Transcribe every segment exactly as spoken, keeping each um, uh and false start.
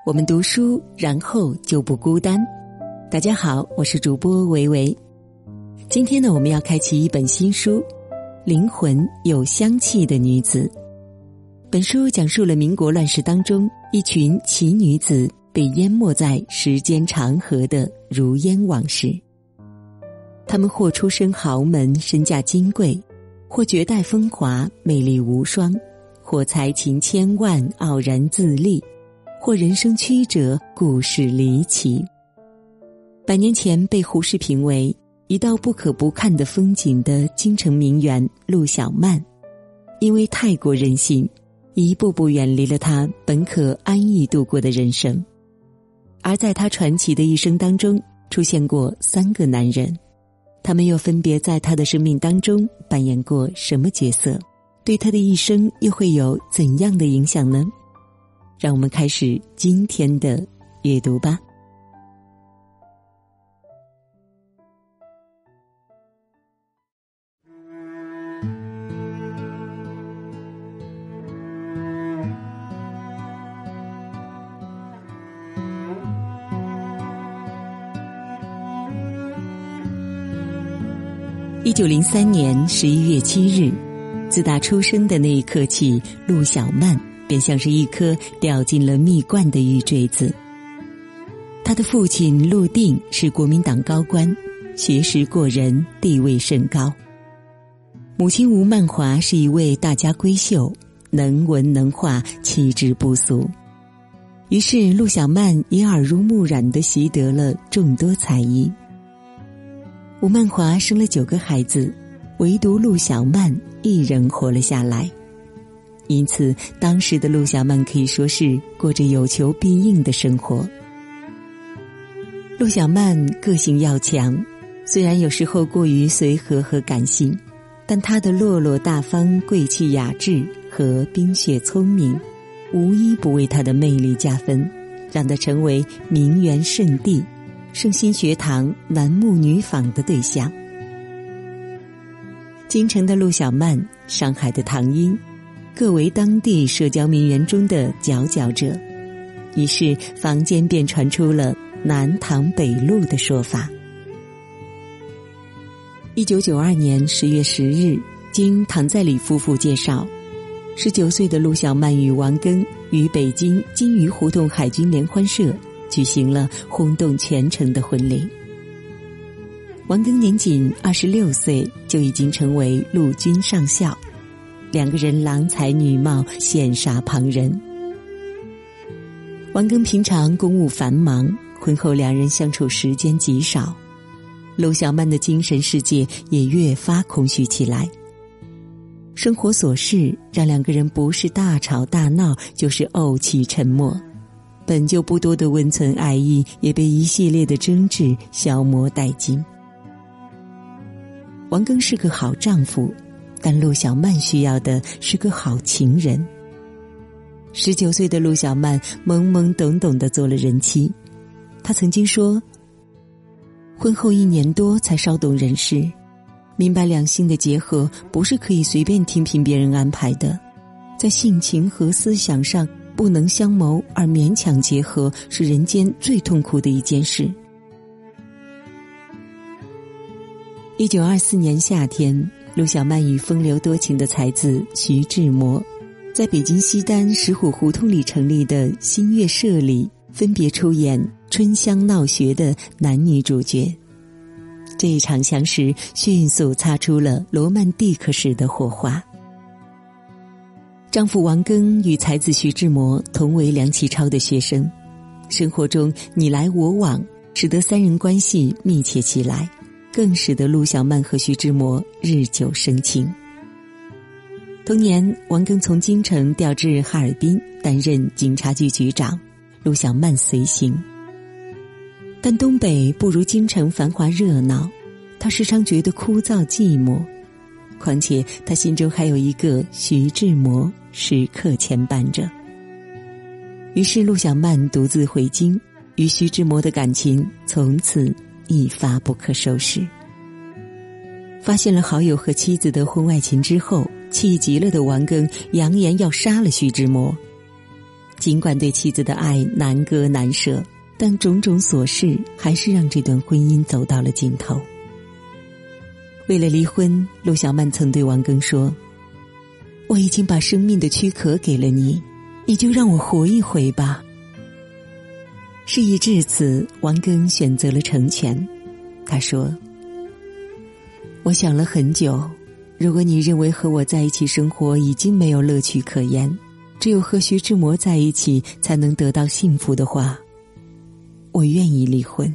我们读书，然后就不孤单。大家好，我是主播维维。今天呢，我们要开启一本新书《灵魂有香气的女子》。本书讲述了民国乱世当中一群奇女子被淹没在时间长河的如烟往事。她们或出身豪门，身价金贵，或绝代风华，魅力无双，或才情千万，傲然自立，或人生曲折，故事离奇。百年前被胡适评为一道不可不看的风景的京城名媛陆小曼，因为太过任性，一步步远离了她本可安逸度过的人生。而在她传奇的一生当中，出现过三个男人，他们又分别在她的生命当中扮演过什么角色？对她的一生又会有怎样的影响呢？让我们开始今天的阅读吧。一九零三年十一月七日，自打出生的那一刻起，陆小曼便像是一颗掉进了蜜罐的玉坠子。他的父亲陆定是国民党高官，学识过人，地位甚高。母亲吴曼华是一位大家闺秀，能文能画，气质不俗。于是陆小曼也耳濡目染地习得了众多才艺。吴曼华生了九个孩子，唯独陆小曼一人活了下来。因此当时的陆小曼可以说是过着有求必应的生活。陆小曼个性要强，虽然有时候过于随和和感性，但她的落落大方、贵气雅致和冰雪聪明，无一不为她的魅力加分，让她成为名媛圣地、圣心学堂男慕女访的对象。京城的陆小曼，上海的唐英，各为当地社交名媛中的佼佼者，于是坊间便传出了南唐北陆的说法。一九九二年十月十日，经唐在礼夫妇介绍，十九岁的陆小曼与王庚于北京金鱼胡同海军联欢社举行了轰动全城的婚礼。王庚年仅二十六岁，就已经成为陆军上校，两个人郎才女貌，羡煞旁人。王庚平常公务繁忙，婚后两人相处时间极少，陆小曼的精神世界也越发空虚起来。生活琐事让两个人不是大吵大闹，就是怄气沉默，本就不多的温存爱意也被一系列的争执消磨殆尽。王庚是个好丈夫，但陆小曼需要的是个好情人。十九岁的陆小曼懵懵懂懂地做了人妻。她曾经说，婚后一年多才稍懂人事，明白两性的结合不是可以随便听凭别人安排的，在性情和思想上不能相谋而勉强结合，是人间最痛苦的一件事。一九二四年夏天，陆小曼与风流多情的才子徐志摩，在北京西单石虎胡同里成立的新月社里，分别出演春香闹学的男女主角。这一场相识迅速擦出了罗曼蒂克式的火花。丈夫王庚与才子徐志摩同为梁启超的学生，生活中你来我往，使得三人关系密切起来，更使得陆小曼和徐志摩日久生情。同年，王庚从京城调至哈尔滨担任警察局局长，陆小曼随行。但东北不如京城繁华热闹，他时常觉得枯燥寂寞，况且他心中还有一个徐志摩时刻牵绊着。于是陆小曼独自回京，与徐志摩的感情从此一发不可收拾。发现了好友和妻子的婚外情之后，气急了的王庚扬言要杀了徐志摩。 尽管对妻子的爱难割难舍，但种种琐事还是让这段婚姻走到了尽头。为了离婚，陆小曼曾对王庚说：我已经把生命的躯壳给了你，你就让我活一回吧。事已至此，王庚选择了成全。他说：我想了很久，如果你认为和我在一起生活已经没有乐趣可言，只有和徐志摩在一起才能得到幸福的话，我愿意离婚。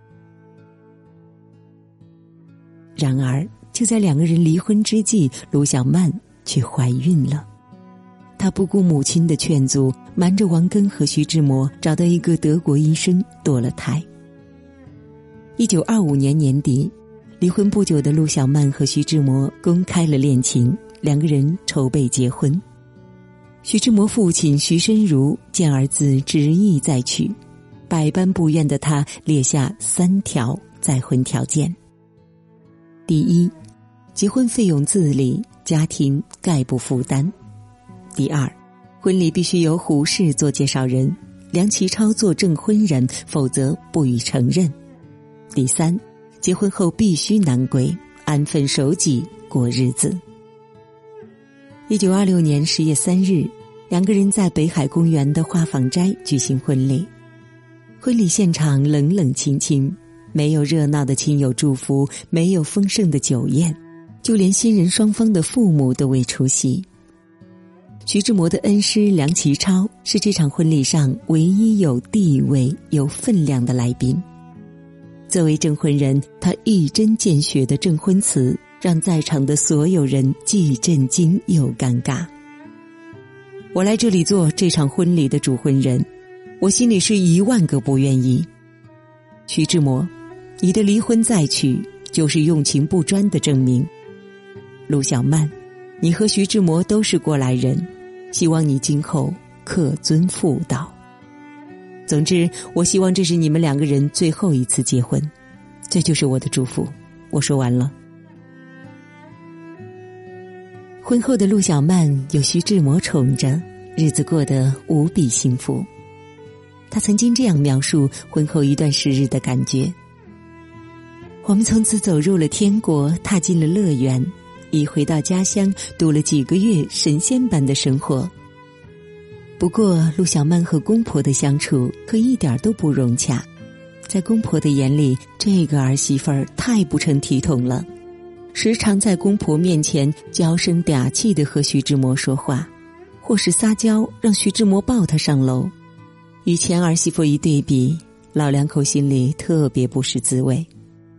然而就在两个人离婚之际，陆小曼却怀孕了。她不顾母亲的劝阻，瞒着王庚和徐志摩找到一个德国医生堕了胎。一九二五年年底，离婚不久的陆小曼和徐志摩公开了恋情，两个人筹备结婚。徐志摩父亲徐申如见儿子执意再娶，百般不愿的他列下三条再婚条件。第一，结婚费用自理，家庭概不负担。第二，婚礼必须由胡适做介绍人，梁启超做证婚人，否则不予承认。第三，结婚后必须南归，安分守己过日子。一九二六年十月三日，两个人在北海公园的花舫斋举行婚礼。婚礼现场冷冷清清，没有热闹的亲友祝福，没有丰盛的酒宴，就连新人双方的父母都未出席。徐志摩的恩师梁启超是这场婚礼上唯一有地位有分量的来宾。作为证婚人，他一针见血的证婚词让在场的所有人既震惊又尴尬。我来这里做这场婚礼的主婚人，我心里是一万个不愿意。徐志摩，你的离婚再娶就是用情不专的证明。陆小曼，你和徐志摩都是过来人，希望你今后恪遵妇道。总之，我希望这是你们两个人最后一次结婚，这就是我的祝福。我说完了。婚后的陆小曼有徐志摩宠着，日子过得无比幸福。她曾经这样描述婚后一段时日的感觉：我们从此走入了天国，踏进了乐园，一回到家乡，度了几个月神仙般的生活。不过陆小曼和公婆的相处可一点都不融洽，在公婆的眼里，这个儿媳妇儿太不成体统了，时常在公婆面前娇声嗲气地和徐志摩说话，或是撒娇让徐志摩抱她上楼。与前儿媳妇一对比，老两口心里特别不是滋味。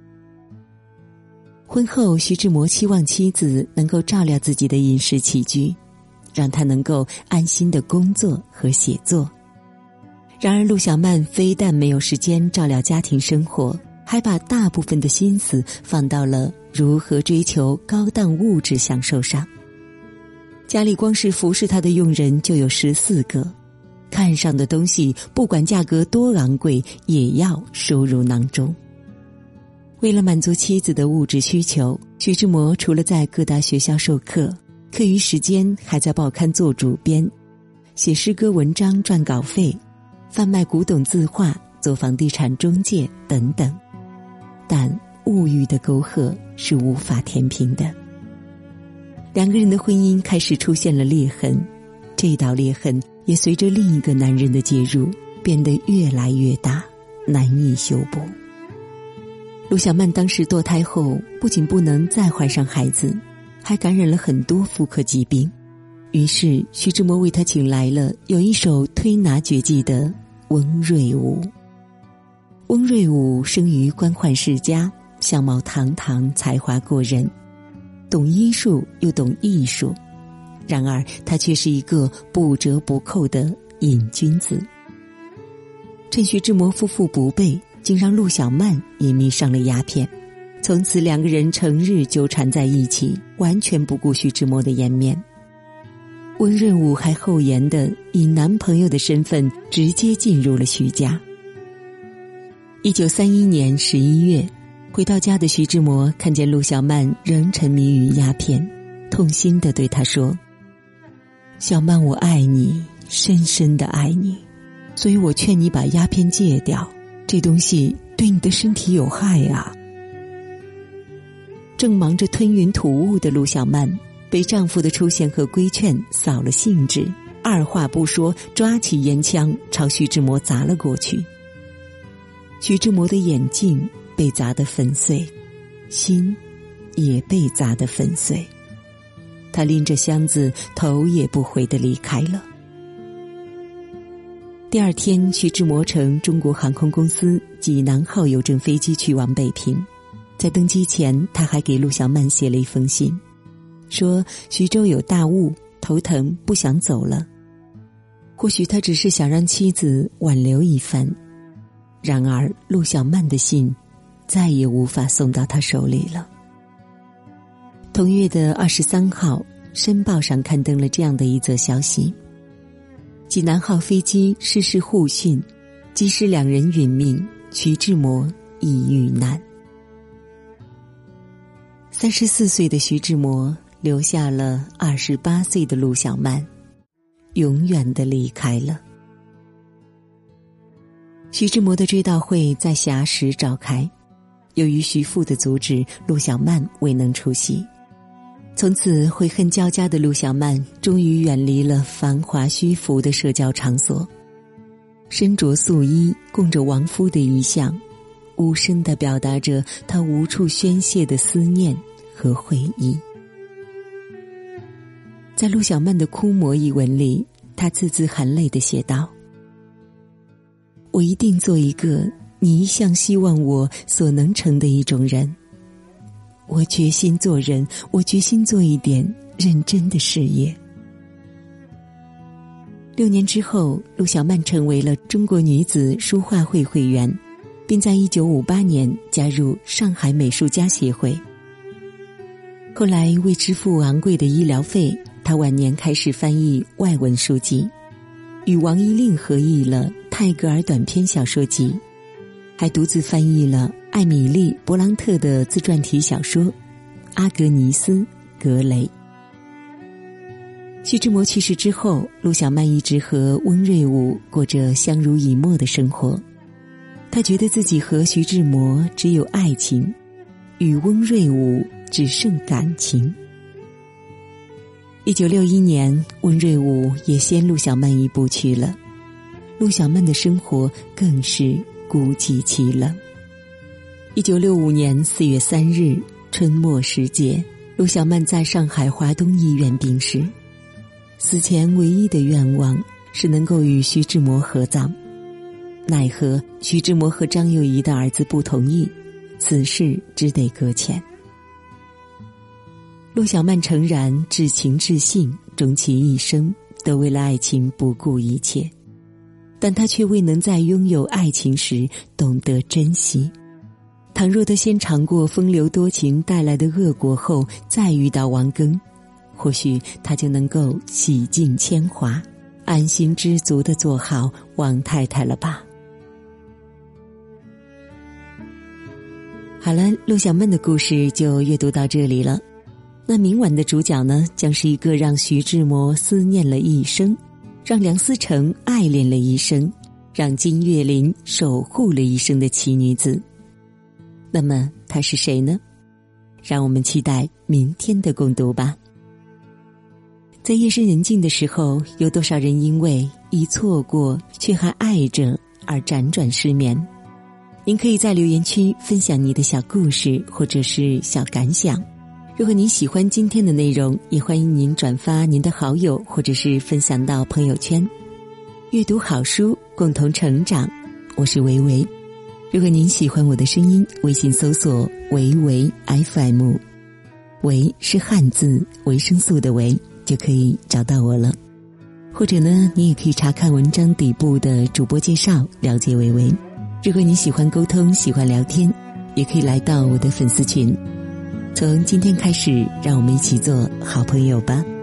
婚后，徐志摩期望妻子能够照料自己的饮食起居，让他能够安心的工作和写作。然而陆小曼非但没有时间照料家庭生活，还把大部分的心思放到了如何追求高档物质享受上。家里光是服侍她的佣人就有十四个，看上的东西不管价格多昂贵，也要收入囊中。为了满足妻子的物质需求，徐志摩除了在各大学校授课，课余时间还在报刊做主编，写诗歌文章赚稿费，贩卖古董字画，做房地产中介等等。但物欲的沟壑是无法填平的。两个人的婚姻开始出现了裂痕，这道裂痕也随着另一个男人的介入变得越来越大，难以修补。陆小曼当时堕胎后，不仅不能再怀上孩子，还感染了很多妇科疾病。于是徐志摩为她请来了有一手推拿绝技的翁瑞武。翁瑞武生于官宦世家，相貌堂堂，才华过人，懂医术又懂艺术，然而他却是一个不折不扣的瘾君子。趁徐志摩夫妇不备，竟让陆小曼也迷上了鸦片，从此两个人成日纠缠在一起，完全不顾徐志摩的颜面。温润武还厚颜地以男朋友的身份直接进入了徐家。一九三一年十一月，回到家的徐志摩看见陆小曼仍沉迷于鸦片，痛心地对她说：小曼，我爱你， 深深的爱你，所以我劝你把鸦片戒掉，这东西对你的身体有害啊。正忙着吞云吐雾的陆小曼被丈夫的出现和规劝扫了兴致，二话不说抓起烟枪朝徐志摩砸了过去。徐志摩的眼镜被砸得粉碎，心也被砸得粉碎，他拎着箱子头也不回地离开了。第二天，徐志摩乘中国航空公司济南号邮政飞机去往北平，在登机前他还给陆小曼写了一封信，说徐州有大雾，头疼不想走了。或许他只是想让妻子挽留一番，然而陆小曼的信再也无法送到他手里了。同月的二十三号，申报上刊登了这样的一则消息：济南号飞机失事互讯，机师两人殒命，徐志摩亦遇难。三十四岁的徐志摩留下了二十八岁的陆小曼，永远地离开了。徐志摩的追悼会在霞石召开，由于徐父的阻止，陆小曼未能出席。从此悔恨交加的陆小曼终于远离了繁华虚浮的社交场所，身着素衣，供着亡夫的遗像，无声地表达着她无处宣泄的思念和回忆。在陆小曼的枯魔一文里，她字字含泪地写道：我一定做一个你一向希望我所能成的一种人，我决心做人，我决心做一点认真的事业。六年之后，陆小曼成为了中国女子书画会会员，并在一九五八年加入上海美术家协会。后来为支付昂贵的医疗费，她晚年开始翻译外文书籍，与王一令合译了泰戈尔短篇小说集，还独自翻译了艾米丽·勃朗特的自传体小说《阿格尼斯·格雷》。徐志摩去世之后，陆小曼一直和温瑞武过着相濡以沫的生活。她觉得自己和徐志摩只有爱情，与温瑞武只剩感情。一九六一年，温瑞武也先陆小曼一步去了，陆小曼的生活更是孤寂凄冷。一九六五年四月三日，春末时节，陆小曼在上海华东医院病逝。死前唯一的愿望是能够与徐志摩合葬，奈何徐志摩和张幼仪的儿子不同意，此事只得搁浅。陆小曼诚然至情至性，终其一生都为了爱情不顾一切，但她却未能在拥有爱情时懂得珍惜。倘若她先尝过风流多情带来的恶果后再遇到王庚，或许她就能够洗尽铅华，安心知足地做好王太太了吧。好了，陆小曼的故事就阅读到这里了。那明晚的主角呢，将是一个让徐志摩思念了一生，让梁思成爱恋了一生，让金岳霖守护了一生的奇女子。那么她是谁呢？让我们期待明天的共读吧。在夜深人静的时候，有多少人因为一错过却还爱着而辗转失眠？您可以在留言区分享你的小故事或者是小感想。如果您喜欢今天的内容，也欢迎您转发您的好友或者是分享到朋友圈。阅读好书，共同成长。我是维维。如果您喜欢我的声音，微信搜索维维 F M， 维是汉字维生素的维，就可以找到我了。或者呢，你也可以查看文章底部的主播介绍，了解维维。如果你喜欢沟通，喜欢聊天，也可以来到我的粉丝群。从今天开始，让我们一起做好朋友吧。